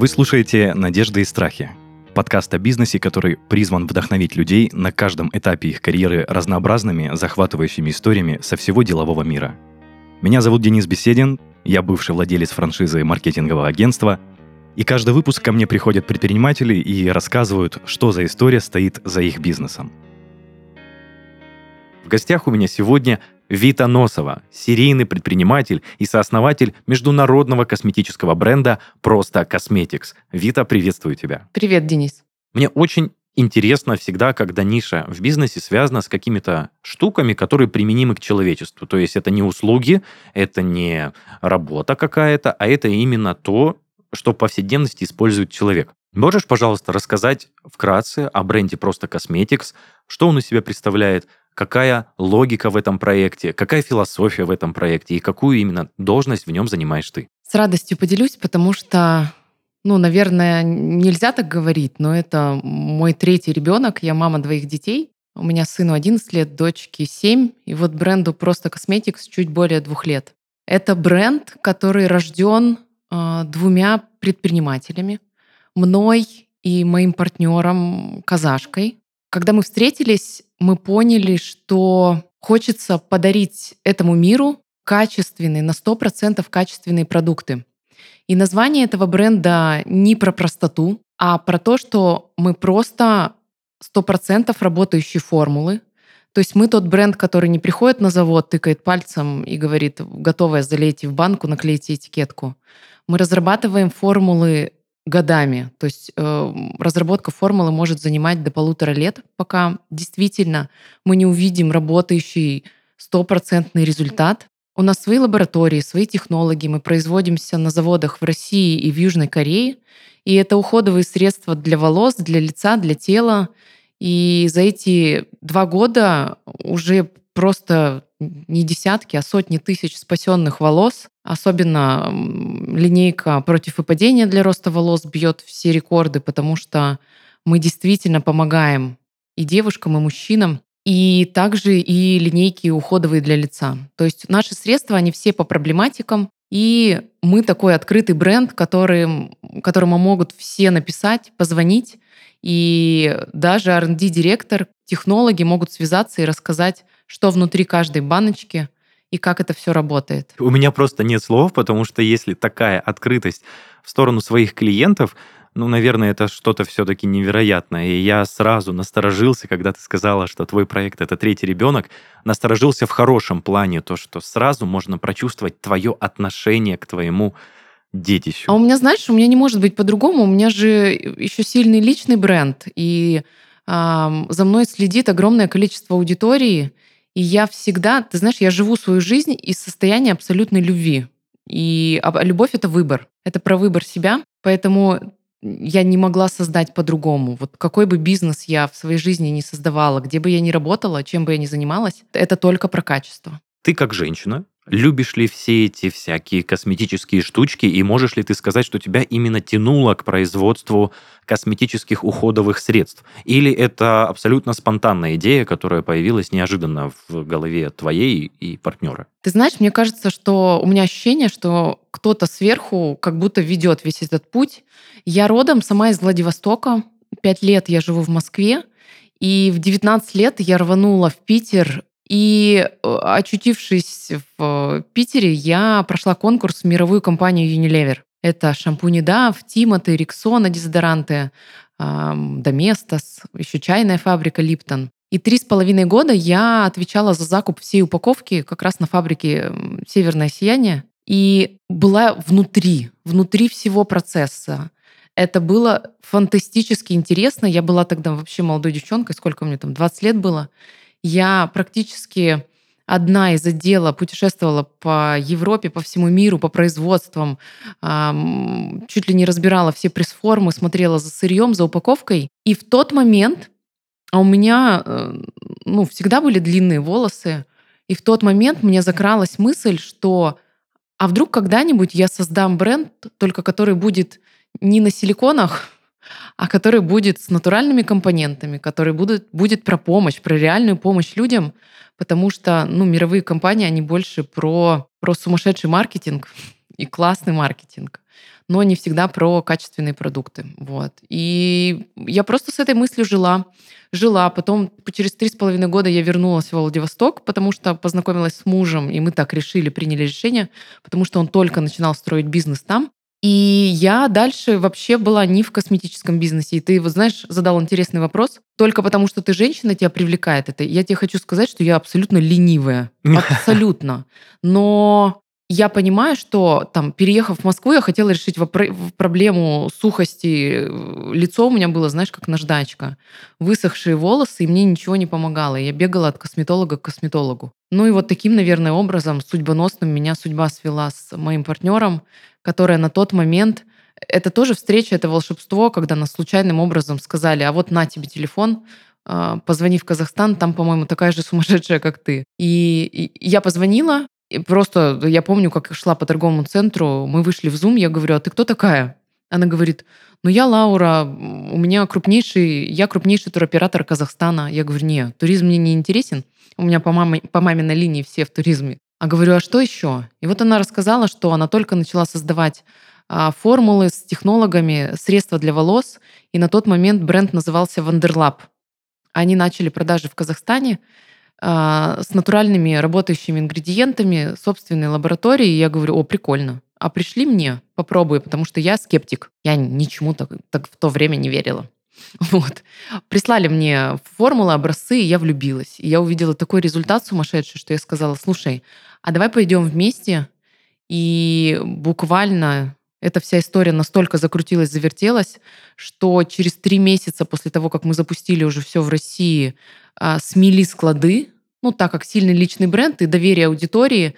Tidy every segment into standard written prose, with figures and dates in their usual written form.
Вы слушаете «Надежды и страхи» — подкаст о бизнесе, который призван вдохновить людей на каждом этапе их карьеры разнообразными, захватывающими историями со всего делового мира. Меня зовут Денис Беседин, я бывший владелец франшизы маркетингового агентства, и каждый выпуск ко мне приходят предприниматели и рассказывают, что за история стоит за их бизнесом. В гостях у меня сегодня Вита Носова, серийный предприниматель и сооснователь международного косметического бренда «Просто Cosmetics». Вита, приветствую тебя. Привет, Денис. Мне очень интересно всегда, когда ниша в бизнесе связана с какими-то штуками, которые применимы к человечеству. То есть это не услуги, это не работа какая-то, а это именно то, что в повседневности использует человек. Можешь, пожалуйста, рассказать вкратце о бренде «Просто Cosmetics», что он из себя представляет, какая логика в этом проекте, какая философия в этом проекте и какую именно должность в нем занимаешь ты? С радостью поделюсь, потому что, наверное, нельзя так говорить, но это мой третий ребенок, я мама двоих детей. У меня сыну 11 лет, дочке 7, и вот бренду «Просто Cosmetics» чуть более 2 лет. Это бренд, который рожден двумя предпринимателями, мной и моим партнером Казашкой. Когда мы встретились, мы поняли, что хочется подарить этому миру качественные, на 100% качественные продукты. И название этого бренда не про простоту, а про то, что мы просто 100% работающие формулы. То есть мы тот бренд, который не приходит на завод, тыкает пальцем и говорит: готовое, залейте в банку, наклейте этикетку. Мы разрабатываем формулы годами. То есть разработка формулы может занимать до 1,5 лет, пока действительно мы не увидим работающий 100% результат. У нас свои лаборатории, свои технологии. Мы производимся на заводах в России и в Южной Корее. И это уходовые средства для волос, для лица, для тела. И за эти 2 года уже просто не десятки, а сотни тысяч спасенных волос. Особенно линейка против выпадения для роста волос бьет все рекорды, потому что мы действительно помогаем и девушкам, и мужчинам. И также и линейки уходовые для лица. То есть наши средства, они все по проблематикам. И мы такой открытый бренд, которому могут все написать, позвонить. И даже R&D-директор, технологи могут связаться и рассказать, что внутри каждой баночки и как это все работает. У меня просто нет слов, потому что если такая открытость в сторону своих клиентов, наверное, это что-то все-таки невероятное. И я сразу насторожился, когда ты сказала, что твой проект — это третий ребенок. Насторожился в хорошем плане, то, что сразу можно прочувствовать твое отношение к твоему детищу. А у меня, знаешь, не может быть по-другому. У меня же еще сильный личный бренд. И за мной следит огромное количество аудитории. И я всегда, ты знаешь, я живу свою жизнь из состояния абсолютной любви. И любовь — это выбор. Это про выбор себя. Поэтому я не могла создать по-другому. Вот какой бы бизнес я в своей жизни не создавала, где бы я ни работала, чем бы я ни занималась, это только про качество. Ты как женщина, любишь ли все эти всякие косметические штучки, и можешь ли ты сказать, что тебя именно тянуло к производству косметических уходовых средств? Или это абсолютно спонтанная идея, которая появилась неожиданно в голове твоей и партнера? Ты знаешь, мне кажется, что у меня ощущение, что кто-то сверху как будто ведет весь этот путь. Я родом сама из Владивостока. 5 лет я живу в Москве. И в 19 лет я рванула в Питер. И, очутившись в Питере, я прошла конкурс в мировую компанию Unilever. Это шампуни Дав, Тимати, Рексона, дезодоранты, Доместос, еще чайная фабрика Липтон. И 3,5 года я отвечала за закуп всей упаковки как раз на фабрике «Северное сияние». И была внутри всего процесса. Это было фантастически интересно. Я была тогда вообще молодой девчонкой, сколько мне там, 20 лет было. Я практически одна из отдела путешествовала по Европе, по всему миру, по производствам, чуть ли не разбирала все пресс-формы, смотрела за сырьем, за упаковкой. И в тот момент, а у меня всегда были длинные волосы, и в тот момент мне закралась мысль, что а вдруг когда-нибудь я создам бренд, только который будет не на силиконах, а который будет с натуральными компонентами, который будет про помощь, про реальную помощь людям, потому что мировые компании, они больше про сумасшедший маркетинг и классный маркетинг, но не всегда про качественные продукты. Вот. И я просто с этой мыслью жила. Потом через 3,5 года я вернулась в Владивосток, потому что познакомилась с мужем, и мы так приняли решение, потому что он только начинал строить бизнес там. И я дальше вообще была не в косметическом бизнесе. И ты, вот знаешь, задал интересный вопрос. Только потому, что ты женщина, тебя привлекает это. Я тебе хочу сказать, что я абсолютно ленивая. Абсолютно. Но я понимаю, что там, переехав в Москву, я хотела решить проблему сухости. Лицо у меня было, знаешь, как наждачка. Высохшие волосы, и мне ничего не помогало. Я бегала от косметолога к косметологу. Ну и вот таким, наверное, образом судьбоносным меня судьба свела с моим партнером, которая на тот момент... Это тоже встреча, это волшебство, когда нас случайным образом сказали: а вот на тебе телефон, позвони в Казахстан, там, по-моему, такая же сумасшедшая, как ты. И я позвонила, и просто я помню, как я шла по торговому центру, мы вышли в Zoom, я говорю: а ты кто такая? Она говорит: ну я Лаура, я крупнейший туроператор Казахстана. Я говорю: нет, туризм мне не интересен, у меня по маминой линии все в туризме. А говорю: а что еще? И вот она рассказала, что она только начала создавать формулы с технологами, средства для волос, и на тот момент бренд назывался Wonderlab. Они начали продажи в Казахстане с натуральными работающими ингредиентами, собственной лаборатории. И я говорю: о, прикольно. А пришли мне, попробуй, потому что я скептик. Я ничему так в то время не верила. Вот. Прислали мне формулы, образцы, и я влюбилась. И я увидела такой результат сумасшедший, что я сказала: слушай, а давай пойдем вместе. И буквально эта вся история настолько закрутилась, завертелась, что через 3 месяца после того, как мы запустили уже все в России, смели склады. Ну, так как сильный личный бренд и доверие аудитории,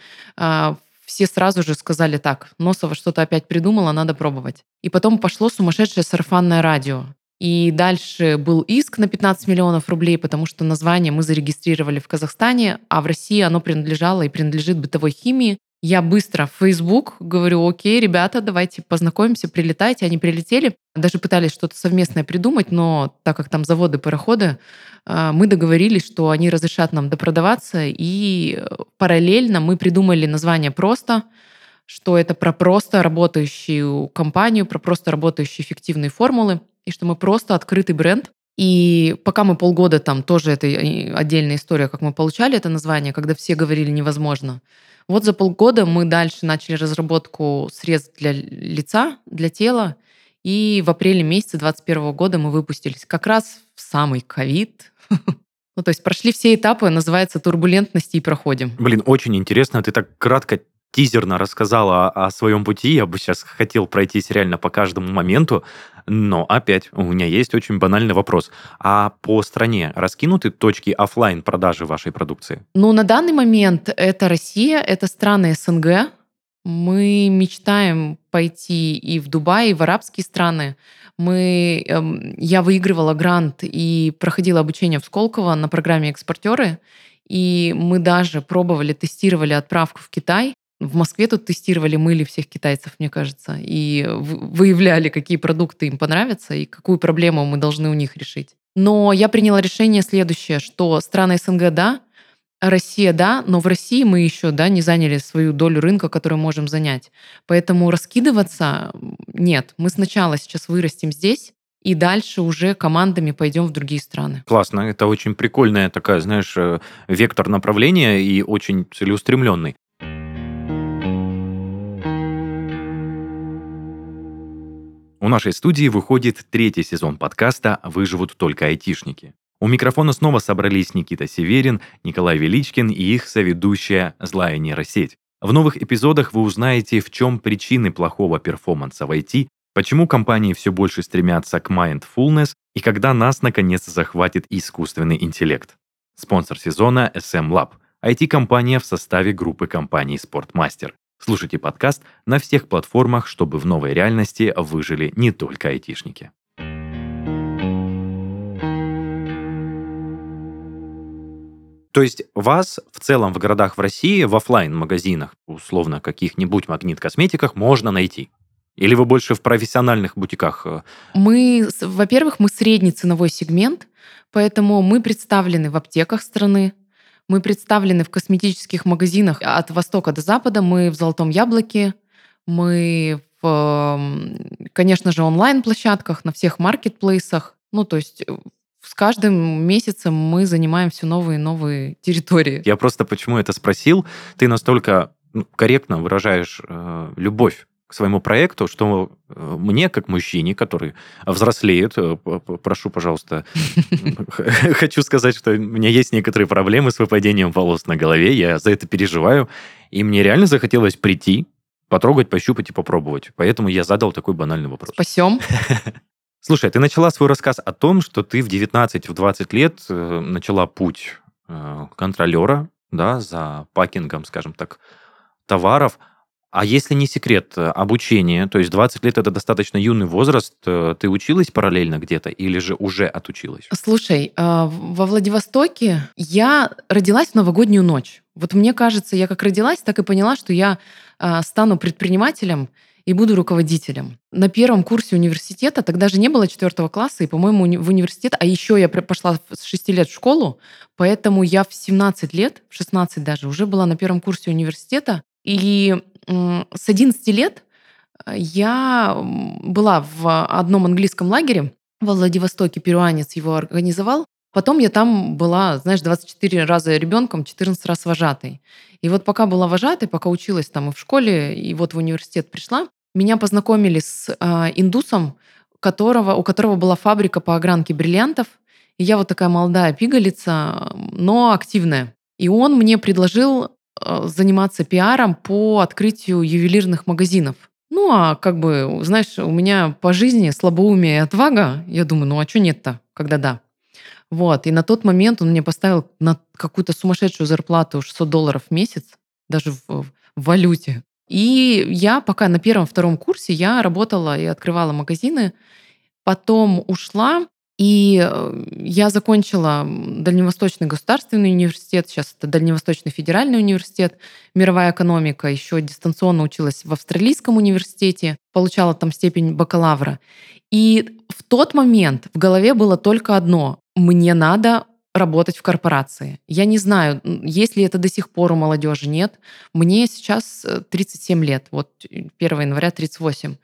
все сразу же сказали: так, Носова что-то опять придумала, надо пробовать. И потом пошло сумасшедшее сарафанное радио. И дальше был иск на 15 миллионов рублей, потому что название мы зарегистрировали в Казахстане, а в России оно принадлежало и принадлежит бытовой химии. Я быстро в Facebook говорю: окей, ребята, давайте познакомимся, прилетайте. Они прилетели, даже пытались что-то совместное придумать, но так как там заводы, пароходы, мы договорились, что они разрешат нам допродаваться, и параллельно мы придумали название «Просто», что это про просто работающую компанию, про просто работающие эффективные формулы, и что мы просто открытый бренд. И пока мы полгода там, тоже это отдельная история, как мы получали это название, когда все говорили невозможно. Вот за полгода мы дальше начали разработку средств для лица, для тела, и в апреле месяце 2021 года мы выпустились как раз в самый ковид. Ну, то есть прошли все этапы, называется, турбулентности, и проходим. Блин, очень интересно. Ты так кратко, тизерно рассказала о своем пути. Я бы сейчас хотел пройтись реально по каждому моменту. Но опять у меня есть очень банальный вопрос. А по стране раскинуты точки оффлайн продажи вашей продукции? Ну, на данный момент это Россия, это страны СНГ. Мы мечтаем пойти и в Дубай, и в арабские страны. Я выигрывала грант и проходила обучение в Сколково на программе «Экспортеры». И мы даже пробовали, тестировали отправку в Китай. В Москве тут тестировали, мыли всех китайцев, мне кажется, и выявляли, какие продукты им понравятся и какую проблему мы должны у них решить. Но я приняла решение следующее, что страны СНГ — да, Россия — да, но в России мы еще, да, не заняли свою долю рынка, которую можем занять. Поэтому раскидываться нет. Мы сначала сейчас вырастем здесь, и дальше уже командами пойдем в другие страны. Классно. Это очень прикольная такая, знаешь, вектор направления и очень целеустремленный. У нашей студии выходит 3-й сезон подкаста «Выживут только айтишники». У микрофона снова собрались Никита Северин, Николай Величкин и их соведущая «Злая нейросеть». В новых эпизодах вы узнаете, в чем причины плохого перформанса в IT, почему компании все больше стремятся к mindfulness и когда нас, наконец, захватит искусственный интеллект. Спонсор сезона SM Lab – IT-компания в составе группы компаний «Спортмастер». Слушайте подкаст на всех платформах, чтобы в новой реальности выжили не только айтишники. То есть вас в целом в городах в России в оффлайн-магазинах, условно каких-нибудь Магнит Косметиках, можно найти? Или вы больше в профессиональных бутиках? Во-первых, мы средний ценовой сегмент, поэтому мы представлены в аптеках страны, мы представлены в косметических магазинах от востока до запада, мы в Золотом Яблоке, Мы конечно же, онлайн-площадках, на всех маркетплейсах. Ну, то есть с каждым месяцем мы занимаем все новые и новые территории. Я просто почему это спросил. Ты настолько корректно выражаешь любовь к своему проекту, что мне, как мужчине, который взрослеет, прошу, пожалуйста, хочу сказать, что у меня есть некоторые проблемы с выпадением волос на голове, я за это переживаю, и мне реально захотелось прийти, потрогать, пощупать и попробовать. Поэтому я задал такой банальный вопрос. Спасем. Слушай, ты начала свой рассказ о том, что ты в 19-20 лет начала путь контролера, да, за пакингом, скажем так, товаров. А если не секрет, обучение, то есть 20 лет это достаточно юный возраст, ты училась параллельно где-то или же уже отучилась? Слушай, во Владивостоке я родилась в новогоднюю ночь. Вот мне кажется, я как родилась, так и поняла, что я стану предпринимателем и буду руководителем. На первом курсе университета, тогда же не было 4 класса, и, по-моему, в университет, а еще я пошла с 6 лет в школу, поэтому я в 17 лет, в 16 даже, уже была на первом курсе университета. И с 11 лет я была в одном английском лагере во Владивостоке, перуанец его организовал. Потом я там была, знаешь, 24 раза ребенком, 14 раз вожатой. И вот пока была вожатой, пока училась там и в школе, и вот в университет пришла, меня познакомили с индусом, у которого была фабрика по огранке бриллиантов. И я вот такая молодая пигалица, но активная. И он мне предложил заниматься пиаром по открытию ювелирных магазинов. Ну, а как бы, знаешь, у меня по жизни слабоумие и отвага. Я думаю, ну а что нет-то, когда да? Вот. И на тот момент он мне поставил на какую-то сумасшедшую зарплату $600 в месяц, даже в валюте. И я пока на первом-втором курсе я работала и открывала магазины. Потом ушла, и я закончила Дальневосточный государственный университет, сейчас это Дальневосточный федеральный университет, мировая экономика, еще дистанционно училась в Австралийском университете, получала там степень бакалавра. И в тот момент в голове было только одно: мне надо работать в корпорации. Я не знаю, есть ли это до сих пор у молодежи, нет. Мне сейчас 37 лет, вот 1 января 38.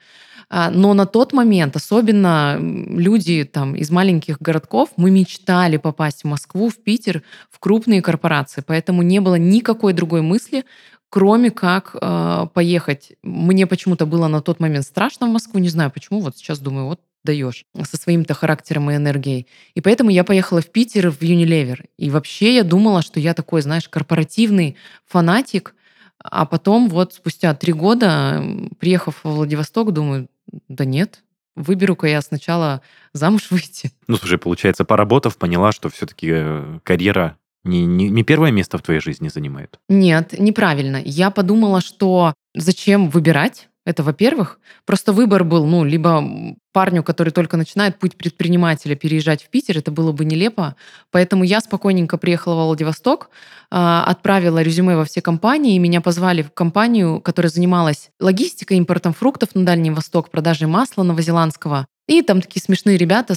Но на тот момент, особенно люди там из маленьких городков, мы мечтали попасть в Москву, в Питер, в крупные корпорации. Поэтому не было никакой другой мысли, кроме как поехать. Мне почему-то было на тот момент страшно в Москву, не знаю почему, вот сейчас думаю, вот даешь со своим-то характером и энергией. И поэтому я поехала в Питер, в Unilever. И вообще я думала, что я такой, знаешь, корпоративный фанатик, а потом вот спустя 3 года, приехав во Владивосток, думаю, да нет, выберу-ка я сначала замуж выйти. Ну, слушай, получается, поработав, поняла, что все-таки карьера не первое место в твоей жизни занимает. Нет, неправильно. Я подумала, что зачем выбирать? Это, во-первых. Просто выбор был, ну, либо парню, который только начинает путь предпринимателя, переезжать в Питер, это было бы нелепо. Поэтому я спокойненько приехала во Владивосток, отправила резюме во все компании, и меня позвали в компанию, которая занималась логистикой, импортом фруктов на Дальний Восток, продажей масла новозеландского. И там такие смешные ребята,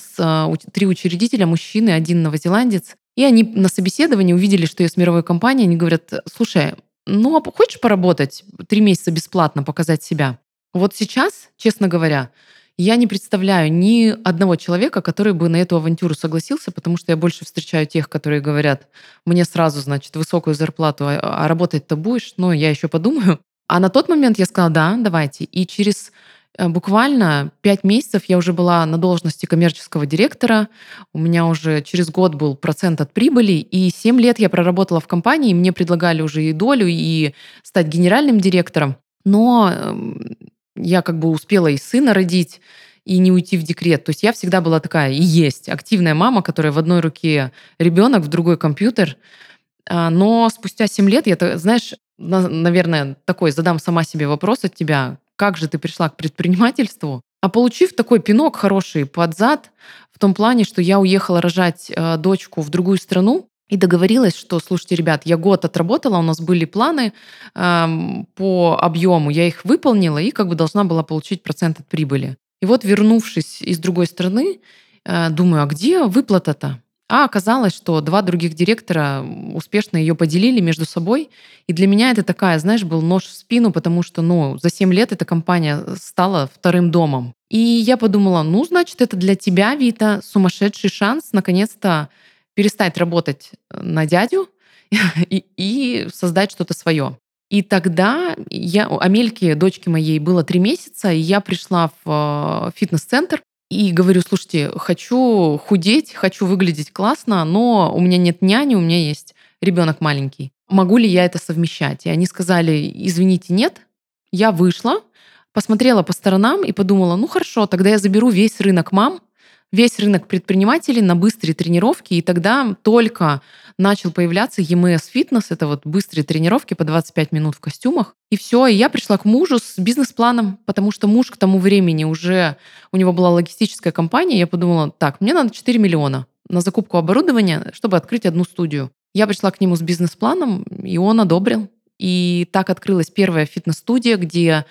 3 учредителя, мужчины, 1 новозеландец. И они на собеседовании увидели, что я с мировой компанией, они говорят: слушай, ну, а хочешь поработать 3 месяца бесплатно, показать себя? Вот сейчас, честно говоря, я не представляю ни одного человека, который бы на эту авантюру согласился, потому что я больше встречаю тех, которые говорят: мне сразу, значит, высокую зарплату, а работать-то будешь? Ну, я еще подумаю. А на тот момент я сказала: да, давайте. И через буквально 5 месяцев я уже была на должности коммерческого директора. У меня уже через год был процент от прибыли. И 7 лет я проработала в компании. Мне предлагали уже и долю, и стать генеральным директором. Но я как бы успела и сына родить, и не уйти в декрет. То есть я всегда была такая и есть активная мама, которая в одной руке ребенок, в другой компьютер. Но спустя 7 лет я, знаешь, наверное, такой задам сама себе вопрос от тебя: как же ты пришла к предпринимательству? А получив такой пинок хороший под зад, в том плане, что я уехала рожать дочку в другую страну и договорилась, что, слушайте, ребят, я год отработала, у нас были планы по объему, я их выполнила и как бы должна была получить процент от прибыли. И вот, вернувшись из другой страны, думаю, а где выплата-то? А оказалось, что два других директора успешно ее поделили между собой. И для меня это такая, знаешь, был нож в спину, потому что, за 7 лет эта компания стала вторым домом. И я подумала, значит, это для тебя, Вита, сумасшедший шанс наконец-то перестать работать на дядю и создать что-то свое. И тогда Амельке, дочке моей, было 3 месяца, и я пришла в фитнес-центр, и говорю: слушайте, хочу худеть, хочу выглядеть классно, но у меня нет няни, у меня есть ребенок маленький. Могу ли я это совмещать? И они сказали: извините, нет. Я вышла, посмотрела по сторонам и подумала: хорошо, тогда я заберу весь рынок мам, весь рынок предпринимателей на быстрые тренировки, и тогда только начал появляться ЕМС фитнес, это вот быстрые тренировки по 25 минут в костюмах. И все, и я пришла к мужу с бизнес-планом, потому что муж к тому времени уже, у него была логистическая компания, я подумала: так, мне надо 4 миллиона на закупку оборудования, чтобы открыть одну студию. Я пришла к нему с бизнес-планом, и он одобрил. И так открылась первая фитнес-студия, где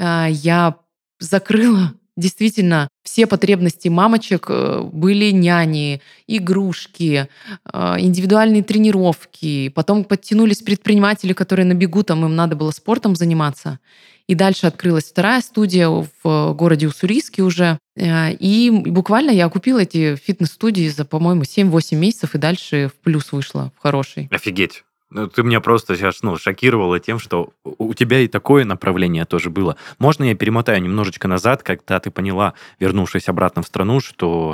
я закрыла действительно все потребности мамочек. Были няни, игрушки, индивидуальные тренировки. Потом подтянулись предприниматели, которые на бегу, там им надо было спортом заниматься. И дальше открылась вторая студия в городе Уссурийске уже. И буквально я купила эти фитнес-студии за, по-моему, 7-8 месяцев, и дальше в плюс вышла, в хороший. Офигеть. Ты меня просто сейчас шокировала тем, что у тебя и такое направление тоже было. Можно я перемотаю немножечко назад, когда ты поняла, вернувшись обратно в страну, что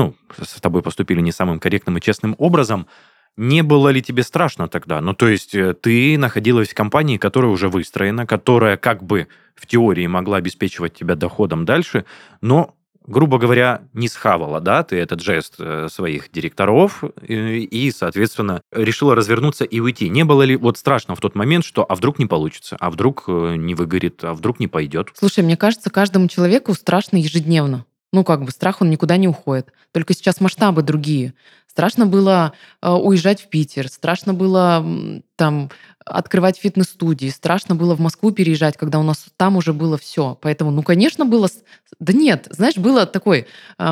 с тобой поступили не самым корректным и честным образом? Не было ли тебе страшно тогда? То есть ты находилась в компании, которая уже выстроена, которая как бы в теории могла обеспечивать тебя доходом дальше, но, грубо говоря, не схавала, да, ты этот жест своих директоров и, соответственно, решила развернуться и уйти. Не было ли страшно в тот момент, что а вдруг не получится, а вдруг не выгорит, а вдруг не пойдет? Слушай, мне кажется, каждому человеку страшно ежедневно. Страх, он никуда не уходит. Только сейчас масштабы другие. Страшно было уезжать в Питер, страшно было там открывать фитнес-студии, страшно было в Москву переезжать, когда у нас там уже было все. Поэтому, конечно, было... Да нет, знаешь, было такой...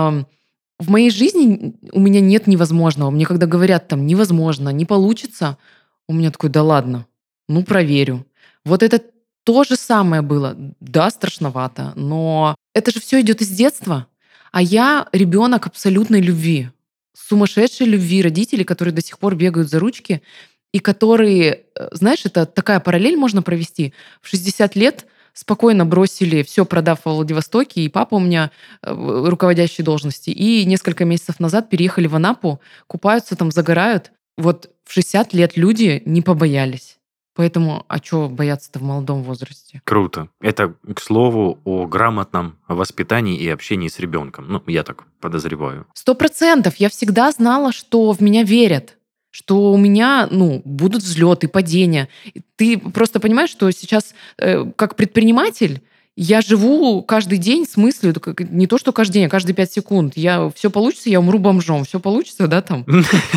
В моей жизни у меня нет невозможного. Мне когда говорят там невозможно, не получится, у меня такой: да ладно, проверю. Вот это то же самое было. Да, страшновато, но это же все идет из детства. А я ребенок абсолютной любви, сумасшедшей любви родителей, которые до сих пор бегают за ручки, и которые, знаешь, это такая параллель можно провести. В 60 лет спокойно бросили все, продав во Владивостоке, и папа у меня в руководящей должности, и несколько месяцев назад переехали в Анапу, купаются там, загорают. Вот в 60 лет люди не побоялись. Поэтому, а чего бояться-то в молодом возрасте? Круто. Это, к слову, о грамотном воспитании и общении с ребенком. Я так подозреваю. 100%. Я всегда знала, что в меня верят, что у меня, будут взлеты, падения. Ты просто понимаешь, что сейчас, как предприниматель, я живу каждый день с мыслью, не то, что каждый день, а каждые 5 секунд. Все получится, я умру бомжом. Все получится, да, там?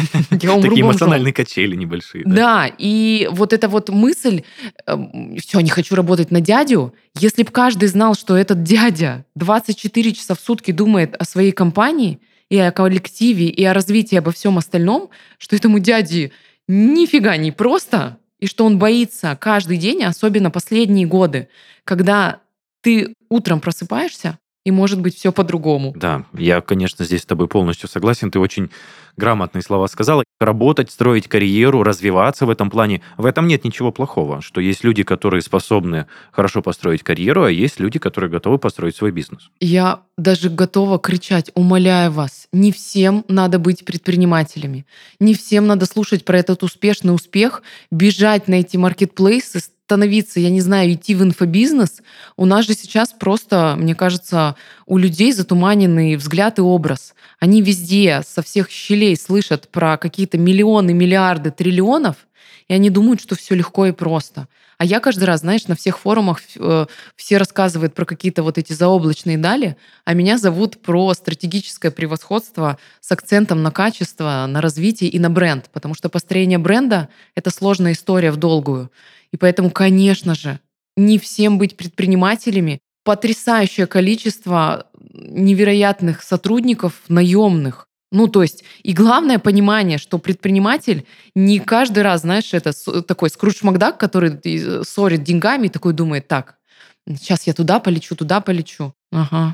Я умру Такие бомжом. эмоциональные качели небольшие. Да, и вот эта вот мысль, все, не хочу работать на дядю. Если бы каждый знал, что этот дядя 24 часа в сутки думает о своей компании и о коллективе, и о развитии, обо всем остальном, что этому дяде нифига не просто, и что он боится каждый день, особенно последние годы, когда ты утром просыпаешься, и может быть все по-другому. Да, я, конечно, здесь с тобой полностью согласен. Ты очень грамотные слова сказала. Работать, строить карьеру, развиваться в этом плане, в этом нет ничего плохого. Что есть люди, которые способны хорошо построить карьеру, а есть люди, которые готовы построить свой бизнес. Я даже готова кричать: умоляю вас, не всем надо быть предпринимателями, не всем надо слушать про этот успешный успех, бежать на эти маркетплейсы, становиться, я не знаю, идти в инфобизнес. У нас же сейчас просто, мне кажется, у людей затуманенный взгляд и образ. Они везде со всех щелей слышат про какие-то миллионы, миллиарды, триллионов, и они думают, что все легко и просто. А я каждый раз, знаешь, на всех форумах все рассказывают про какие-то вот эти заоблачные дали, а меня зовут про стратегическое превосходство с акцентом на качество, на развитие и на бренд. Потому что построение бренда — это сложная история в долгую. И поэтому, конечно же, не всем быть предпринимателями. Потрясающее количество невероятных сотрудников наемных, Ну, то есть, и главное понимание, что предприниматель не каждый раз, знаешь, это такой Скрудж Макдак, который ссорит деньгами и такой думает, так, сейчас я туда полечу, туда полечу. Ага.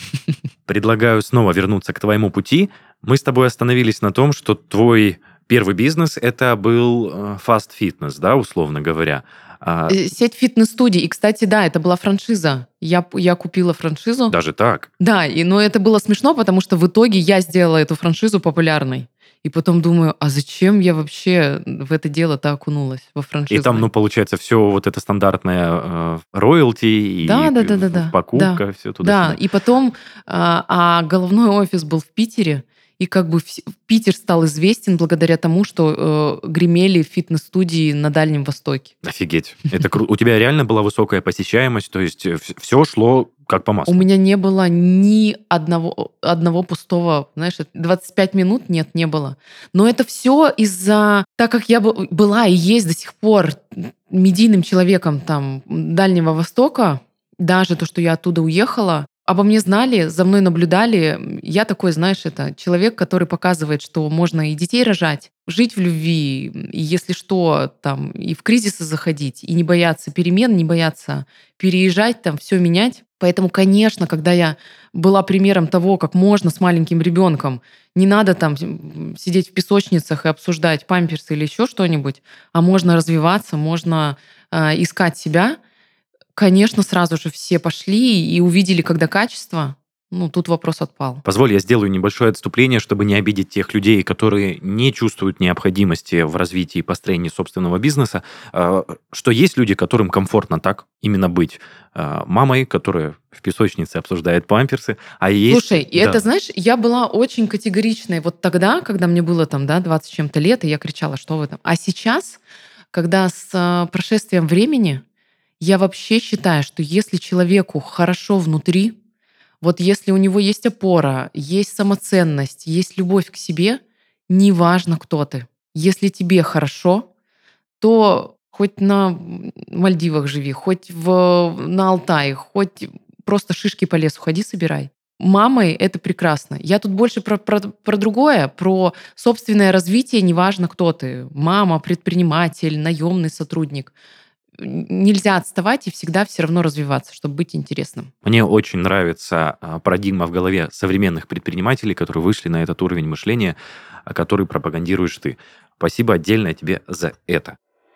Предлагаю снова вернуться к твоему пути. Мы с тобой остановились на том, что твой первый бизнес это был fast fitness, да, условно говоря. Сеть фитнес-студий. И, кстати, да, это была франшиза. Я купила франшизу. Даже так? Да, но это было смешно, потому что в итоге я сделала эту франшизу популярной. И потом думаю, а зачем я вообще в это дело-то окунулась, во франшизу? И там, получается, все вот это стандартное роялти и покупка, все туда-сюда. Да, и потом головной офис был в Питере, и как бы Питер стал известен благодаря тому, что гремели фитнес-студии на Дальнем Востоке. Офигеть. Это круто. У тебя реально была высокая посещаемость, то есть все шло как по маслу? У меня не было ни одного пустого, знаешь, 25 минут не было. Но это все из-за... Так как я была и есть до сих пор медийным человеком там Дальнего Востока, даже то, что я оттуда уехала, обо мне знали, за мной наблюдали. Я такой, знаешь, это человек, который показывает, что можно и детей рожать, жить в любви, и если что, там, и в кризисы заходить, и не бояться перемен, не бояться переезжать, там, все менять. Поэтому, конечно, когда я была примером того, как можно с маленьким ребенком, не надо там сидеть в песочницах и обсуждать памперсы или еще что-нибудь, а можно развиваться, можно искать себя. Конечно, сразу же все пошли и увидели, когда качество, тут вопрос отпал. Позволь, я сделаю небольшое отступление, чтобы не обидеть тех людей, которые не чувствуют необходимости в развитии и построении собственного бизнеса, что есть люди, которым комфортно так именно быть мамой, которая в песочнице обсуждает памперсы, а есть... Слушай, и это, знаешь, я была очень категоричной вот тогда, когда мне было там, 20 с чем-то лет, и я кричала, что вы там. А сейчас, когда с прошествием времени... Я вообще считаю, что если человеку хорошо внутри, вот если у него есть опора, есть самоценность, есть любовь к себе, неважно, кто ты. Если тебе хорошо, то хоть на Мальдивах живи, хоть на Алтае, хоть просто шишки по лесу ходи, собирай. Мамой это прекрасно. Я тут больше про другое, про собственное развитие, неважно, кто ты. Мама, предприниматель, наемный сотрудник. Нельзя отставать и всегда все равно развиваться, чтобы быть интересным. Мне очень нравится парадигма в голове современных предпринимателей, которые вышли на этот уровень мышления, который пропагандируешь ты. Спасибо отдельное тебе за это.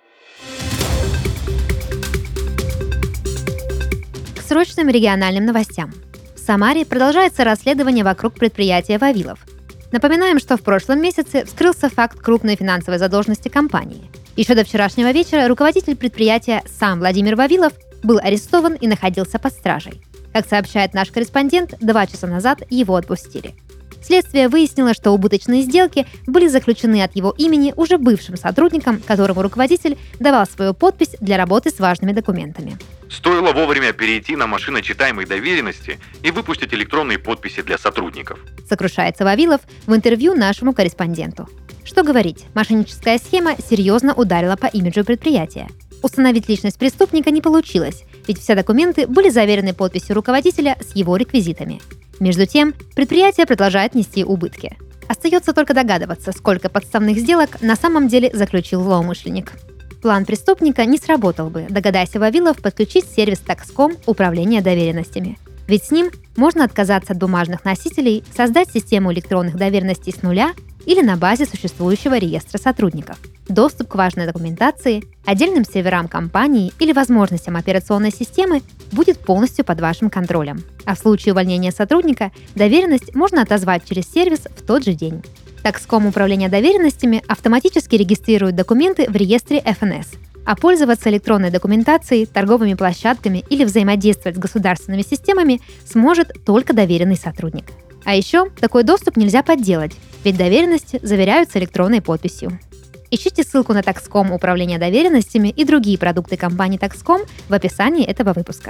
К срочным региональным новостям. В Самаре продолжается расследование вокруг предприятия «Вавилов». Напоминаем, что в прошлом месяце вскрылся факт крупной финансовой задолженности компании. Еще до вчерашнего вечера руководитель предприятия, сам Владимир Вавилов, был арестован и находился под стражей. Как сообщает наш корреспондент, 2 часа назад его отпустили. Следствие выяснило, что убыточные сделки были заключены от его имени уже бывшим сотрудником, которому руководитель давал свою подпись для работы с важными документами. Стоило вовремя перейти на машиночитаемой доверенности и выпустить электронные подписи для сотрудников. Сокрушается Вавилов в интервью нашему корреспонденту. Что говорить, мошенническая схема серьезно ударила по имиджу предприятия. Установить личность преступника не получилось, ведь все документы были заверены подписью руководителя с его реквизитами. Между тем, предприятие продолжает нести убытки. Остается только догадываться, сколько подставных сделок на самом деле заключил злоумышленник. План преступника не сработал бы, догадайся Вавилов подключить сервис Tax.com управления доверенностями. Ведь с ним можно отказаться от бумажных носителей, создать систему электронных доверенностей с нуля или на базе существующего реестра сотрудников. Доступ к важной документации, отдельным серверам компании или возможностям операционной системы будет полностью под вашим контролем. А в случае увольнения сотрудника доверенность можно отозвать через сервис в тот же день. Tax.com управление доверенностями автоматически регистрирует документы в реестре ФНС, а пользоваться электронной документацией, торговыми площадками или взаимодействовать с государственными системами сможет только доверенный сотрудник. А еще такой доступ нельзя подделать, ведь доверенности заверяются электронной подписью. Ищите ссылку на Tax.com управление доверенностями и другие продукты компании Tax.com в описании этого выпуска.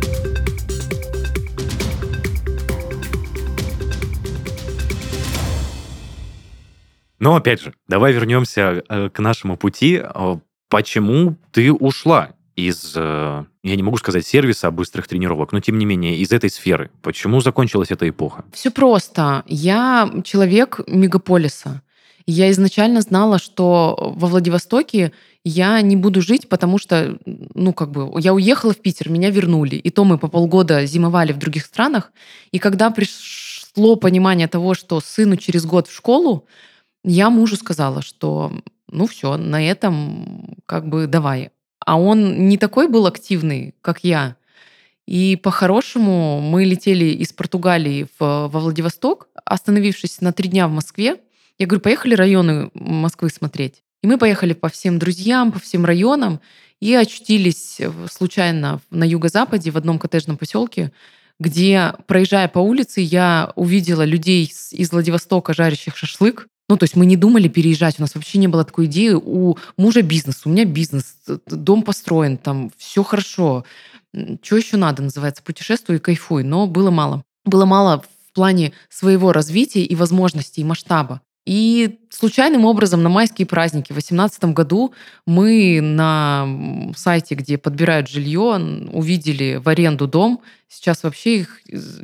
Но опять же, давай вернемся к нашему пути. Почему ты ушла из, я не могу сказать сервиса быстрых тренировок, но тем не менее из этой сферы. Почему закончилась эта эпоха? Все просто. Я человек мегаполиса. Я изначально знала, что во Владивостоке я не буду жить, потому что, я уехала в Питер, меня вернули. И то мы по полгода зимовали в других странах. И когда пришло понимание того, что сыну через год в школу, я мужу сказала, что все, на этом давай. А он не такой был активный, как я. И по-хорошему мы летели из Португалии во Владивосток, остановившись на 3 дня в Москве. Я говорю, поехали районы Москвы смотреть. И мы поехали по всем друзьям, по всем районам и очутились случайно на юго-западе в одном коттеджном поселке, где, проезжая по улице, я увидела людей из Владивостока, жарящих шашлык. То есть мы не думали переезжать, у нас вообще не было такой идеи. У мужа бизнес, у меня бизнес, дом построен, там все хорошо. Что еще надо, называется, путешествуй и кайфуй. Но было мало. Было мало в плане своего развития и возможностей, и масштаба. И случайным образом на майские праздники в 2018 году мы на сайте, где подбирают жилье, увидели в аренду дом. Сейчас вообще их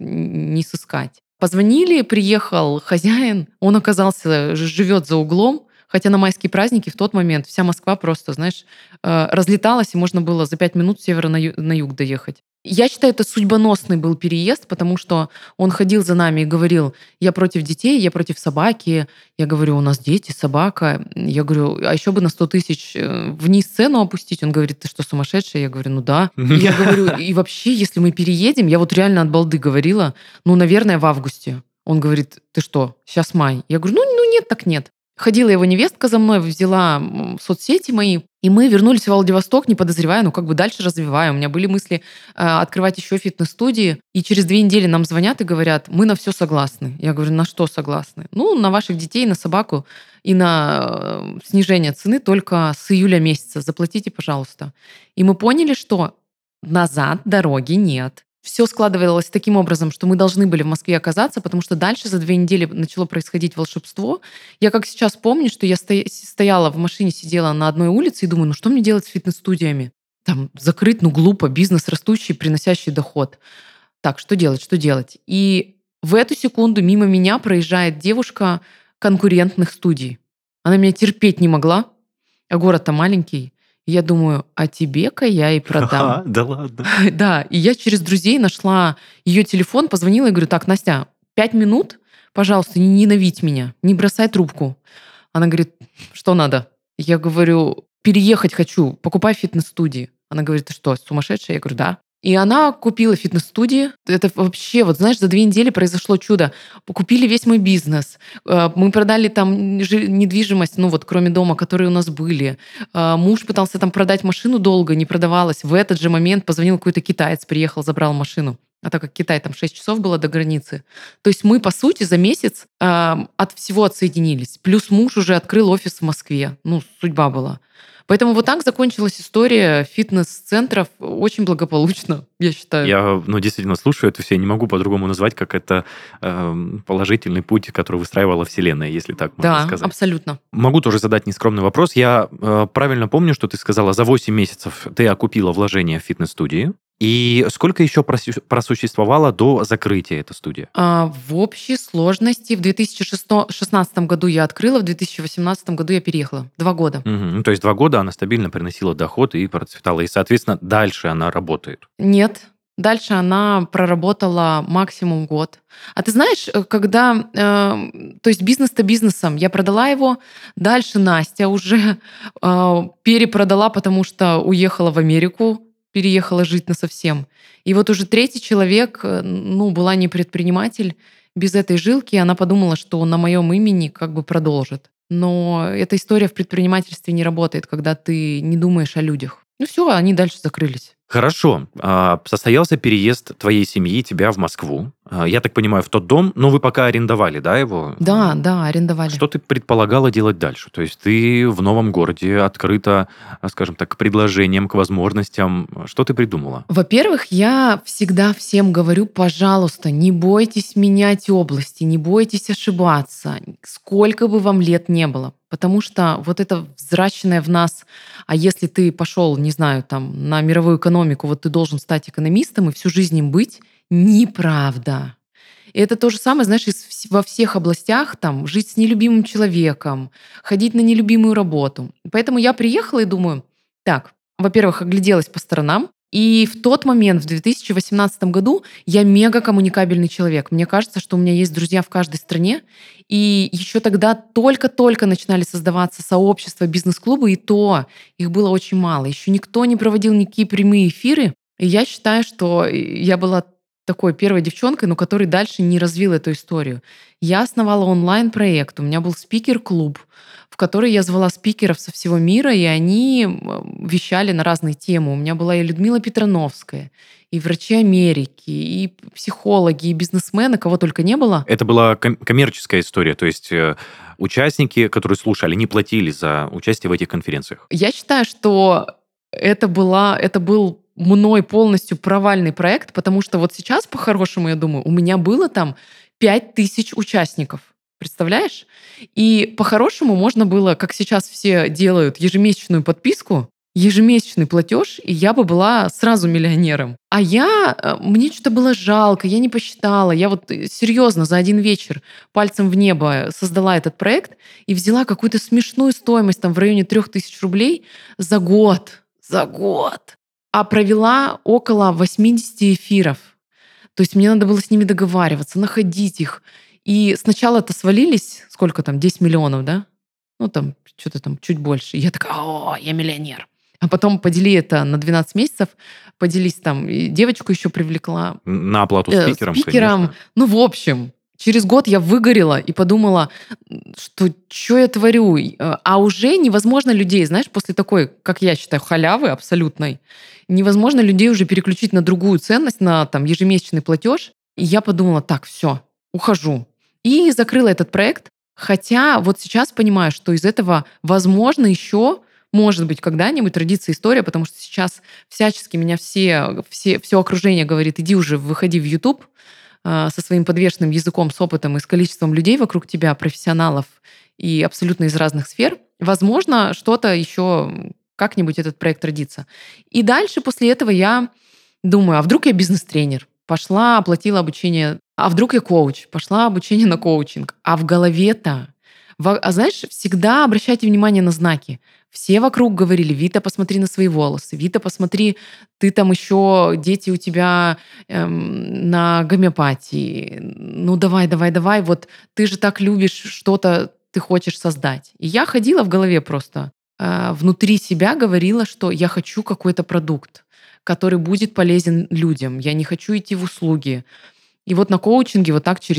не сыскать. Позвонили, приехал хозяин, он оказался, живет за углом, хотя на майские праздники в тот момент вся Москва просто, разлеталась, и можно было за 5 минут с севера на юг доехать. Я считаю, это судьбоносный был переезд, потому что он ходил за нами и говорил, я против детей, я против собаки. Я говорю, у нас дети, собака. Я говорю, а еще бы на 100 тысяч вниз цену опустить. Он говорит, ты что, сумасшедшая? Я говорю, да. Я говорю, и вообще, если мы переедем, я вот реально от балды говорила, наверное, в августе. Он говорит, ты что, сейчас май? Я говорю, нет, так нет. Ходила его невестка за мной, взяла соцсети мои, и мы вернулись в Владивосток, не подозревая, дальше развивая. У меня были мысли открывать еще фитнес-студии, и через 2 недели нам звонят и говорят, мы на все согласны. Я говорю, на что согласны? На ваших детей, на собаку и на снижение цены только с июля месяца. Заплатите, пожалуйста. И мы поняли, что назад дороги нет. Все складывалось таким образом, что мы должны были в Москве оказаться, потому что дальше за 2 недели начало происходить волшебство. Я как сейчас помню, что я стояла в машине, сидела на одной улице и думаю, что мне делать с фитнес-студиями? Там закрыть, глупо, бизнес растущий, приносящий доход. Так, что делать? И в эту секунду мимо меня проезжает девушка конкурентных студий. Она меня терпеть не могла, а город-то маленький. Я думаю, а тебе-ка я и продам. Да ладно. Да, и я через друзей нашла ее телефон, позвонила и говорю, так, Настя, 5 минут, пожалуйста, не ненавидь меня, не бросай трубку. Она говорит, что надо? Я говорю, переехать хочу, покупай фитнес-студии. Она говорит, ты что, сумасшедшая? Я говорю, да. И она купила фитнес-студии. Это вообще, за 2 недели произошло чудо. Купили весь мой бизнес. Мы продали там недвижимость, кроме дома, которые у нас были. Муж пытался там продать машину долго, не продавалась. В этот же момент позвонил какой-то китаец, приехал, забрал машину. А так как Китай, там 6 часов было до границы. То есть мы, по сути, за месяц от всего отсоединились. Плюс муж уже открыл офис в Москве. Судьба была. Поэтому вот так закончилась история фитнес-центров очень благополучно, я считаю. Я действительно слушаю это все, я не могу по-другому назвать, как это положительный путь, который выстраивала Вселенная, если так можно сказать. Да, абсолютно. Могу тоже задать нескромный вопрос. Я правильно помню, что ты сказала, за 8 месяцев ты окупила вложения в фитнес-студии. И сколько еще просуществовало до закрытия эта студия? В общей сложности в 2016 году я открыла, в 2018 году я переехала. 2 года. То есть 2 года она стабильно приносила доход и процветала. И, соответственно, дальше она работает. Нет. Дальше она проработала максимум год. А ты знаешь, когда... то есть бизнес-то бизнесом. Я продала его. Дальше Настя уже перепродала, потому что уехала в Америку, переехала жить насовсем. И вот уже 3-й человек, была не предприниматель, без этой жилки, она подумала, что на моем имени продолжит. Но эта история в предпринимательстве не работает, когда ты не думаешь о людях. Все, они дальше закрылись. Хорошо. Состоялся переезд твоей семьи, тебя в Москву. Я так понимаю, в тот дом, но вы пока арендовали, да, его? Да, арендовали. Что ты предполагала делать дальше? То есть ты в новом городе, открыта, скажем так, к предложениям, к возможностям. Что ты придумала? Во-первых, я всегда всем говорю, пожалуйста, не бойтесь менять области, не бойтесь ошибаться, сколько бы вам лет не было. Потому что вот это взращенное в нас, а если ты пошел, не знаю, там, на мировую экономику, вот ты должен стать экономистом и всю жизнь им быть, неправда. И это то же самое, знаешь, во всех областях, там, жить с нелюбимым человеком, ходить на нелюбимую работу. Поэтому я приехала и думаю, так, во-первых, огляделась по сторонам, и в тот момент, в 2018 году, я мега коммуникабельный человек. Мне кажется, что у меня есть друзья в каждой стране. И еще тогда только-только начинали создаваться сообщества, бизнес-клубы, и то их было очень мало. Еще никто не проводил никакие прямые эфиры. И я считаю, что я была такой первой девчонкой, но которой дальше не развил эту историю. Я основала онлайн-проект, у меня был спикер-клуб, в который я звала спикеров со всего мира, и они вещали на разные темы. У меня была и Людмила Петрановская, и врачи Америки, и психологи, и бизнесмены, кого только не было. Это была коммерческая история, то есть участники, которые слушали, не платили за участие в этих конференциях. Я считаю, что это был мной полностью провальный проект, потому что вот сейчас, по-хорошему, я думаю, у меня было там 5000 участников. Представляешь? И по-хорошему можно было, как сейчас все делают, ежемесячную подписку, ежемесячный платеж, и я бы была сразу миллионером. А мне что-то было жалко, я не посчитала. Я вот серьезно за один вечер пальцем в небо создала этот проект и взяла какую-то смешную стоимость там в районе 3000 рублей за год. За год. А провела около 80 эфиров. То есть мне надо было с ними договариваться, находить их. И сначала это свалились, сколько там, 10 миллионов, да? Ну там, что-то там чуть больше. И я такая, я миллионер. А потом подели это на 12 месяцев, поделись там, и девочку еще привлекла. На оплату спикерам, конечно. Ну, в общем, через год я выгорела и подумала, что я творю. А уже невозможно людей, знаешь, после такой, как я считаю, халявы абсолютной, невозможно людей уже переключить на другую ценность, на там ежемесячный платеж. И я подумала, так, все, ухожу. И закрыла этот проект. Хотя вот сейчас понимаю, что из этого, возможно, еще может быть когда-нибудь родится история, потому что сейчас всячески меня все окружение говорит, иди уже, выходи в YouTube со своим подвешенным языком, с опытом и с количеством людей вокруг тебя, профессионалов и абсолютно из разных сфер. Возможно, что-то еще как-нибудь этот проект родится. И дальше после этого я думаю, а вдруг я бизнес-тренер? Пошла, оплатила обучение. А вдруг я коуч? Пошла обучение на коучинг. А в голове-то... знаешь, всегда обращайте внимание на знаки. Все вокруг говорили, Вита, посмотри на свои волосы, Вита, посмотри, ты там еще, дети у тебя на гомеопатии. Ну давай, вот ты же так любишь что-то, ты хочешь создать. И я ходила в голове просто, внутри себя говорила, что я хочу какой-то продукт, который будет полезен людям. Я не хочу идти в услуги. И вот на коучинге вот так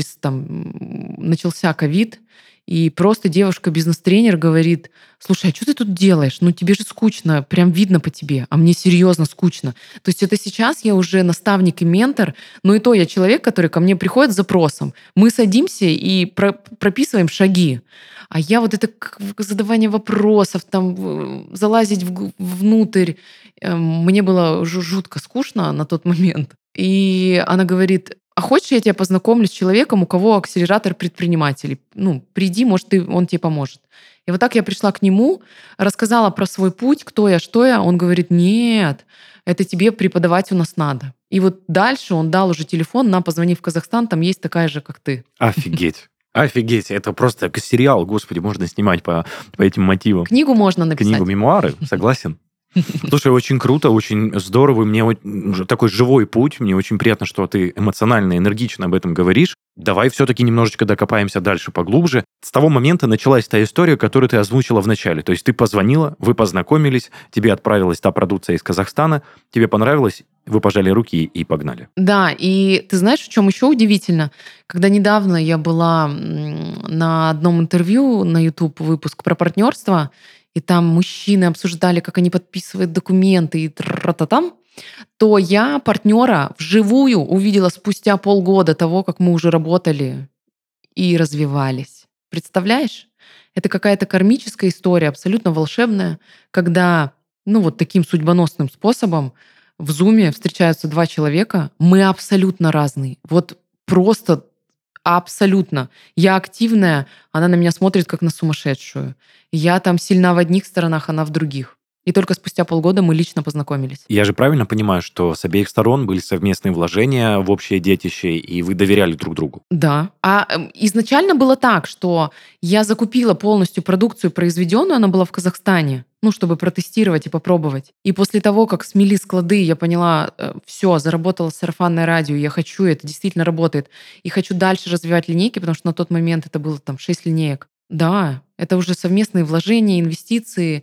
начался ковид, и просто девушка-бизнес-тренер говорит, слушай, а что ты тут делаешь? Ну тебе же скучно, прям видно по тебе, а мне серьезно скучно. То есть это сейчас я уже наставник и ментор, но и то я человек, который ко мне приходит с запросом. Мы садимся и прописываем шаги. А я вот это задавание вопросов, там залазить внутрь, мне было жутко скучно на тот момент. И она говорит, а хочешь, я тебя познакомлю с человеком, у кого акселератор предпринимателей? Ну, приди, может, он тебе поможет. И вот так я пришла к нему, рассказала про свой путь, кто я, что я. Он говорит, нет, это тебе преподавать у нас надо. И вот дальше он дал уже телефон, позвони в Казахстан, там есть такая же, как ты. Офигеть. Офигеть, это просто сериал, господи, можно снимать по этим мотивам. Книгу можно написать. Книгу, мемуары, согласен. Слушай, очень круто, очень здорово. Мне такой живой путь. Мне очень приятно, что ты эмоционально, энергично об этом говоришь. Давай все-таки немножечко докопаемся дальше поглубже. С того момента началась та история, которую ты озвучила в начале. То есть ты позвонила, вы познакомились, тебе отправилась та продукция из Казахстана, тебе понравилось, вы пожали руки и погнали. Да, и ты знаешь, в чем еще удивительно? Когда недавно я была на одном интервью на YouTube выпуск про партнерство, и там мужчины обсуждали, как они подписывают документы и тра-та-там, то я партнера вживую увидела спустя полгода того, как мы уже работали и развивались. Представляешь? Это какая-то кармическая история, абсолютно волшебная, когда, вот таким судьбоносным способом в Зуме встречаются два человека, мы абсолютно разные. Вот просто Абсолютно. Я активная, она на меня смотрит как на сумасшедшую. Я там сильна в одних сторонах, она в других. И только спустя полгода мы лично познакомились. Я же правильно понимаю, что с обеих сторон были совместные вложения в общее детище, и вы доверяли друг другу? Да. Изначально было так, что я закупила полностью продукцию произведенную, она была в Казахстане, ну, чтобы протестировать и попробовать. И после того, как смели склады, я поняла, все, заработало сарафанное радио, я хочу, это действительно работает. И хочу дальше развивать линейки, потому что на тот момент это было там 6 линеек. Да, это уже совместные вложения, инвестиции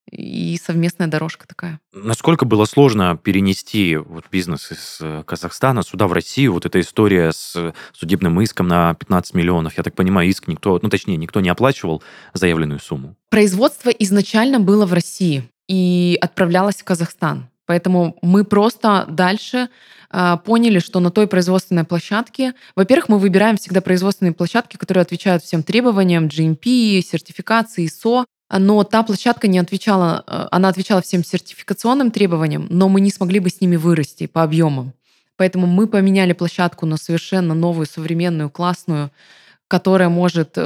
и совместная дорожка такая. Насколько было сложно перенести вот бизнес из Казахстана сюда, в Россию? Вот эта история с судебным иском на 15 миллионов. Я так понимаю, иск никто, ну точнее, никто не оплачивал заявленную сумму. Производство изначально было в России и отправлялось в Казахстан. Поэтому мы просто дальше поняли, что на той производственной площадке, во-первых, мы выбираем всегда производственные площадки, которые отвечают всем требованиям GMP, сертификации, ISO, но та площадка не отвечала, она отвечала всем сертификационным требованиям, но мы не смогли бы с ними вырасти по объемам. Поэтому мы поменяли площадку на совершенно новую, современную, классную, которая может,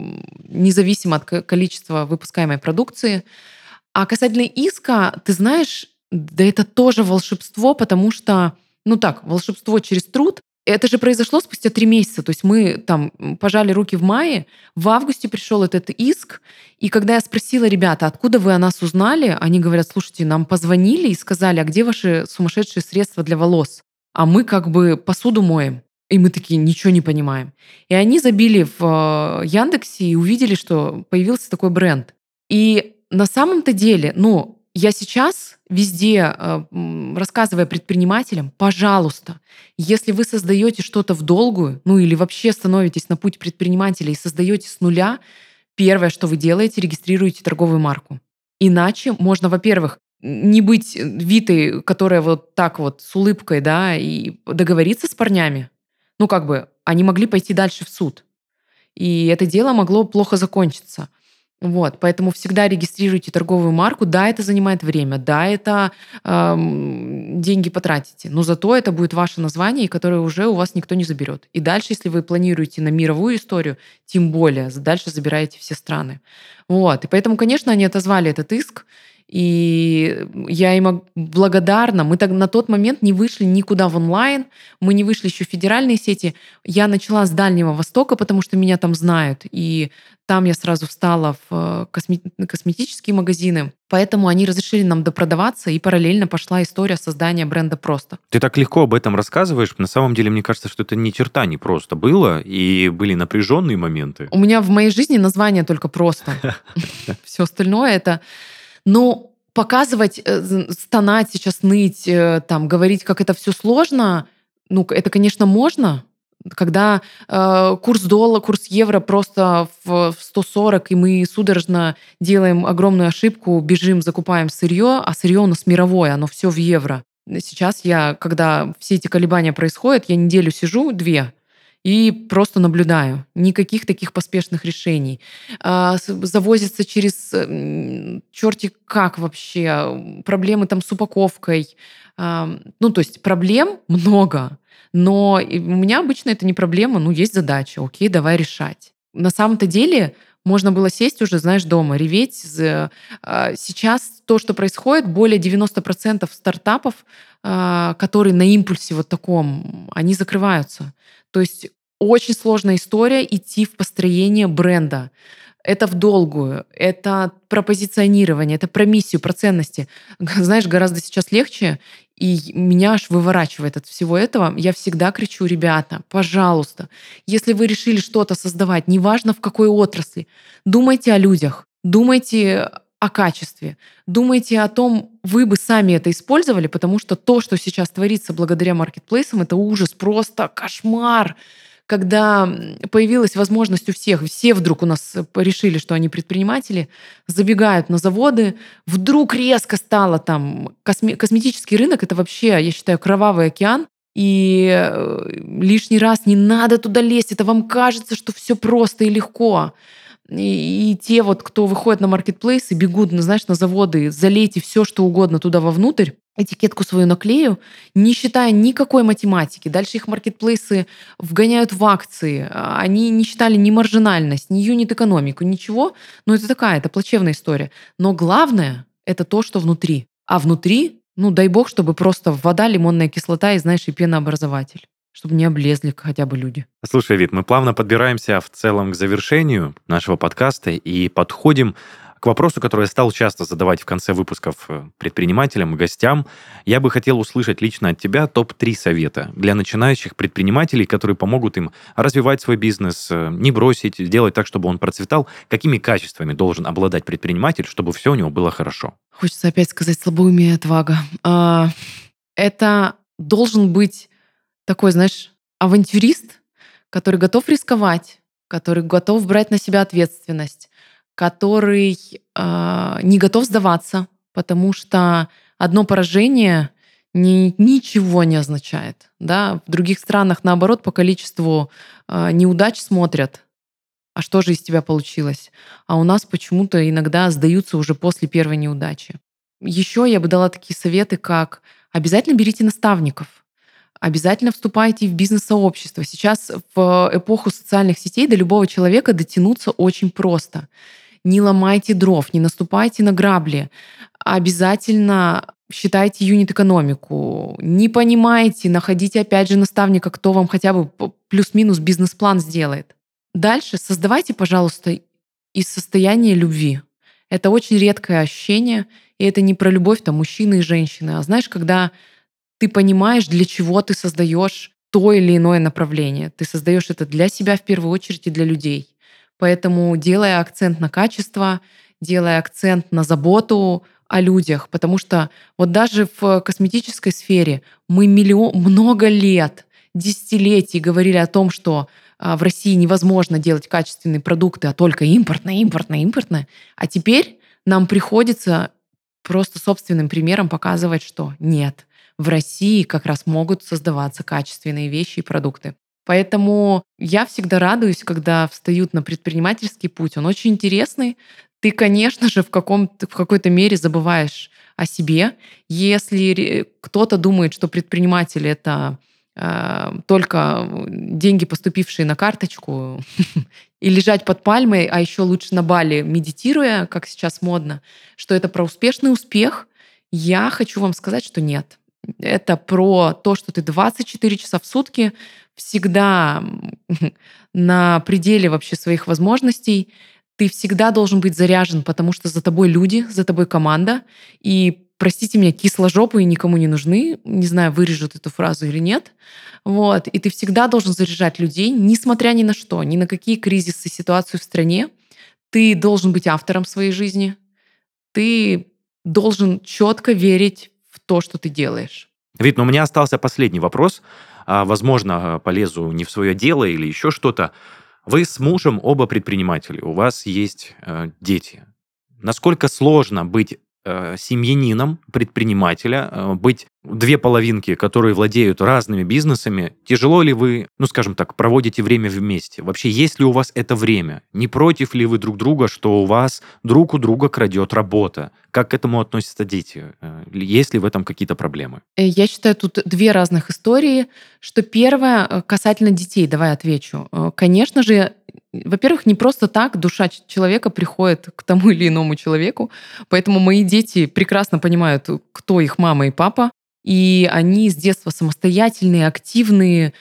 независимо от количества выпускаемой продукции. А касательно иска, ты знаешь, да это тоже волшебство, потому что, ну так, волшебство через труд. Это же произошло спустя 3 месяца. То есть мы там пожали руки в мае, в августе пришел этот иск. И когда я спросила, ребята, откуда вы о нас узнали, они говорят, слушайте, нам позвонили и сказали, а где ваши сумасшедшие средства для волос? А мы как бы посуду моем. И мы такие, ничего не понимаем. И они забили в Яндексе и увидели, что появился такой бренд. И на самом-то деле, ну, я сейчас везде, рассказывая предпринимателям, пожалуйста, если вы создаете что-то в долгую, ну или вообще становитесь на путь предпринимателя и создаете с нуля, первое, что вы делаете, регистрируете торговую марку. Иначе можно, во-первых, не быть Витой, которая вот так вот с улыбкой, да, и договориться с парнями. Ну, как бы, они могли пойти дальше в суд. И это дело могло плохо закончиться. Вот, поэтому всегда регистрируйте торговую марку. Да, это занимает время, да, это деньги потратите, но зато это будет ваше название, которое уже у вас никто не заберет. И дальше, если вы планируете на мировую историю, тем более, дальше забираете все страны. Вот, и поэтому, конечно, они отозвали этот иск, и я им благодарна. Мы так на тот момент не вышли никуда в онлайн, мы не вышли еще в федеральные сети. Я начала с Дальнего Востока, потому что меня там знают, и там я сразу встала в косметические магазины. Поэтому они разрешили нам допродаваться, и параллельно пошла история создания бренда «Просто». Ты так легко об этом рассказываешь. На самом деле, мне кажется, что это ни черта не просто было, и были напряженные моменты. У меня в моей жизни название только «Просто». Все остальное это... Но показывать, стонать сейчас, ныть, там, говорить, как это все сложно, ну, это, конечно, можно, когда курс доллара, курс евро просто в 140, и мы судорожно делаем огромную ошибку, бежим, закупаем сырье, а сырье у нас мировое, оно все в евро. Сейчас я, когда все эти колебания происходят, я неделю сижу, 2, и просто наблюдаю. Никаких таких поспешных решений. Завозится через черти как вообще. Проблемы там с упаковкой. Ну, то есть проблем много. Но у меня обычно это не проблема. Ну, есть задача. Окей, давай решать. На самом-то деле можно было сесть уже, знаешь, дома, реветь. Сейчас то, что происходит, более 90% стартапов, которые на импульсе вот таком, они закрываются. То есть очень сложная история идти в построение бренда. Это в долгую, это про позиционирование, это про миссию, про ценности. Знаешь, гораздо сейчас легче, и меня аж выворачивает от всего этого. Я всегда кричу, ребята, пожалуйста, если вы решили что-то создавать, неважно в какой отрасли, думайте о людях, думайте о качестве, думайте о том, вы бы сами это использовали, потому что то, что сейчас творится благодаря маркетплейсам, это ужас, просто кошмар. Когда появилась возможность у всех, все вдруг у нас решили, что они предприниматели, забегают на заводы, вдруг резко стало там косметический рынок, это вообще, я считаю, кровавый океан, и лишний раз не надо туда лезть, это вам кажется, что все просто и легко. И те вот, кто выходит на маркетплейсы, бегут, ну, знаешь, на заводы, залейте все, что угодно туда вовнутрь. этикетку свою наклею, не считая никакой математики. Дальше их маркетплейсы вгоняют в акции. Они не считали ни маржинальность, ни юнит-экономику, ничего. Но это плачевная история. Но главное — это то, что внутри. А внутри, дай бог, чтобы просто вода, лимонная кислота и, знаешь, и пенообразователь. Чтобы не облезли хотя бы люди. Слушай, Вит, мы плавно подбираемся в целом к завершению нашего подкаста и подходим к вопросу, который я стал часто задавать в конце выпусков предпринимателям и гостям. Я бы хотел услышать лично от тебя топ-3 совета для начинающих предпринимателей, которые помогут им развивать свой бизнес, не бросить, сделать так, чтобы он процветал. Какими качествами должен обладать предприниматель, чтобы все у него было хорошо? Хочется опять сказать слабоумие и отвага. Это должен быть такой, знаешь, авантюрист, который готов рисковать, который готов брать на себя ответственность, который не готов сдаваться, потому что одно поражение ничего не означает. Да? В других странах, наоборот, по количеству неудач смотрят, а что же из тебя получилось. А у нас почему-то иногда сдаются уже после первой неудачи. Еще я бы дала такие советы, как обязательно берите наставников, обязательно вступайте в бизнес-сообщество. Сейчас в эпоху социальных сетей до любого человека дотянуться очень просто. Не ломайте дров, не наступайте на грабли. Обязательно считайте юнит-экономику. Не понимаете, находите опять же наставника, кто вам хотя бы плюс-минус бизнес-план сделает. Дальше создавайте, пожалуйста, из состояния любви. Это очень редкое ощущение, и это не про любовь там мужчины и женщины, а знаешь, когда ты понимаешь, для чего ты создаешь то или иное направление. Ты создаешь это для себя в первую очередь и для людей. Поэтому делая акцент на качество, делая акцент на заботу о людях, потому что вот даже в косметической сфере мы много лет, десятилетий говорили о том, что в России невозможно делать качественные продукты, а только импортное. А теперь нам приходится просто собственным примером показывать, что нет, в России как раз могут создаваться качественные вещи и продукты. Поэтому я всегда радуюсь, когда встают на предпринимательский путь. Он очень интересный. Ты, конечно же, в какой-то мере забываешь о себе. Если кто-то думает, что предприниматель — это только деньги, поступившие на карточку, и лежать под пальмой, а еще лучше на Бали, медитируя, как сейчас модно, что это про успешный успех, я хочу вам сказать, что нет. Это про то, что ты 24 часа в сутки всегда на пределе вообще своих возможностей. Ты всегда должен быть заряжен, потому что за тобой люди, за тобой команда. И, простите меня, кисложопые никому не нужны. Не знаю, вырежут эту фразу или нет. Вот. И ты всегда должен заряжать людей, несмотря ни на что, ни на какие кризисы, ситуацию в стране. Ты должен быть автором своей жизни. Ты должен четко верить в то, что ты делаешь. Вит, но у меня остался последний вопрос. Возможно, полезу не в свое дело или еще что-то. Вы с мужем оба предприниматели, у вас есть дети. Насколько сложно быть семьянином предпринимателя, быть две половинки, которые владеют разными бизнесами? Тяжело ли вы, скажем так, проводите время вместе? Вообще, есть ли у вас это время? Не против ли вы друг друга, что у вас друг у друга крадет работа? Как к этому относятся дети? Есть ли в этом какие-то проблемы? Я считаю, тут две разных истории. Что первое, касательно детей, давай отвечу. Конечно же, во-первых, не просто так душа человека приходит к тому или иному человеку, поэтому мои дети прекрасно понимают, кто их мама и папа, и они с детства самостоятельные, активные,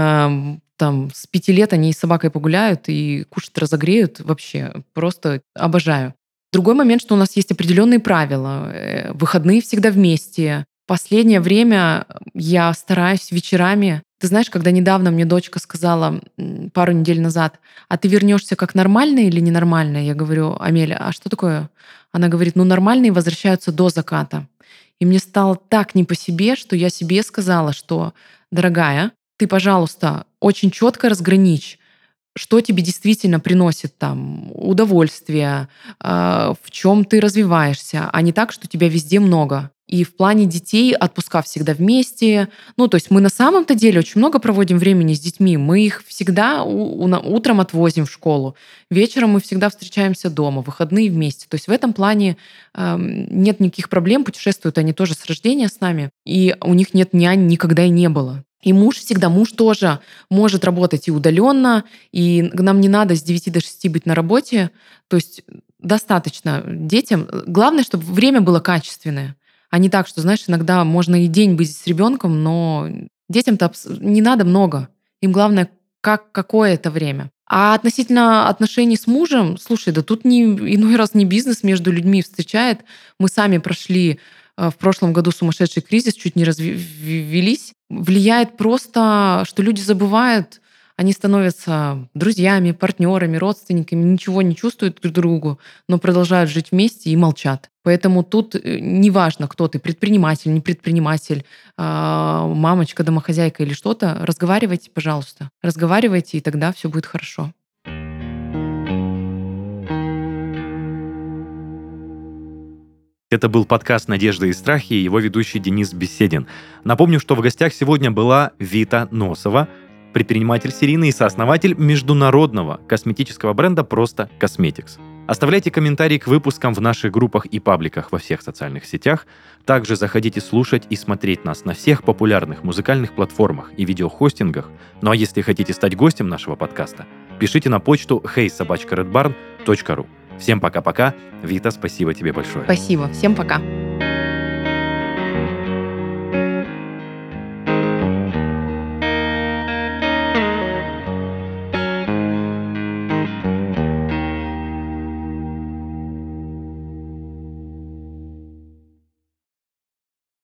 с 5 лет они с собакой погуляют и кушать разогреют. Вообще, просто обожаю. Другой момент, что у нас есть определенные правила. Выходные всегда вместе. Последнее время я стараюсь вечерами. Ты знаешь, когда недавно мне дочка сказала пару недель назад: а ты вернешься как нормальная или ненормальная? Я говорю: Амеля, а что такое? Она говорит: нормальные возвращаются до заката. И мне стало так не по себе, что я себе сказала, что, дорогая, ты, пожалуйста, очень четко разграничь, что тебе действительно приносит удовольствие, в чем ты развиваешься, а не так, что тебя везде много. И в плане детей отпуска всегда вместе. Ну, то есть мы на самом-то деле очень много проводим времени с детьми. Мы их всегда утром отвозим в школу. Вечером мы всегда встречаемся дома, выходные вместе. То есть в этом плане нет никаких проблем. Путешествуют они тоже с рождения с нами. И у них нет нянь, никогда и не было. И муж тоже может работать и удаленно, и нам не надо с 9 до 6 быть на работе. То есть достаточно детям. Главное, чтобы время было качественное. А не так, что, знаешь, иногда можно и день быть с ребенком, но детям-то не надо много. Им главное, какое это время. А относительно отношений с мужем, слушай, да тут иной раз не бизнес между людьми встречает. Мы сами прошли в прошлом году сумасшедший кризис, чуть не развелись. Влияет просто, что люди забывают, они становятся друзьями, партнерами, родственниками, ничего не чувствуют друг другу, но продолжают жить вместе и молчат. Поэтому тут неважно, кто ты, предприниматель, не предприниматель, мамочка, домохозяйка или что-то, разговаривайте, пожалуйста. Разговаривайте, и тогда все будет хорошо. Это был подкаст «Надежды и страхи» и его ведущий Денис Беседин. Напомню, что в гостях сегодня была Вита Носова, предприниматель серийный и сооснователь международного косметического бренда «Просто Cosmetics». Оставляйте комментарии к выпускам в наших группах и пабликах во всех социальных сетях. Также заходите слушать и смотреть нас на всех популярных музыкальных платформах и видеохостингах. Ну а если хотите стать гостем нашего подкаста, пишите на почту hey@redbarn.ru. Всем пока-пока. Вита, спасибо тебе большое. Спасибо. Всем пока.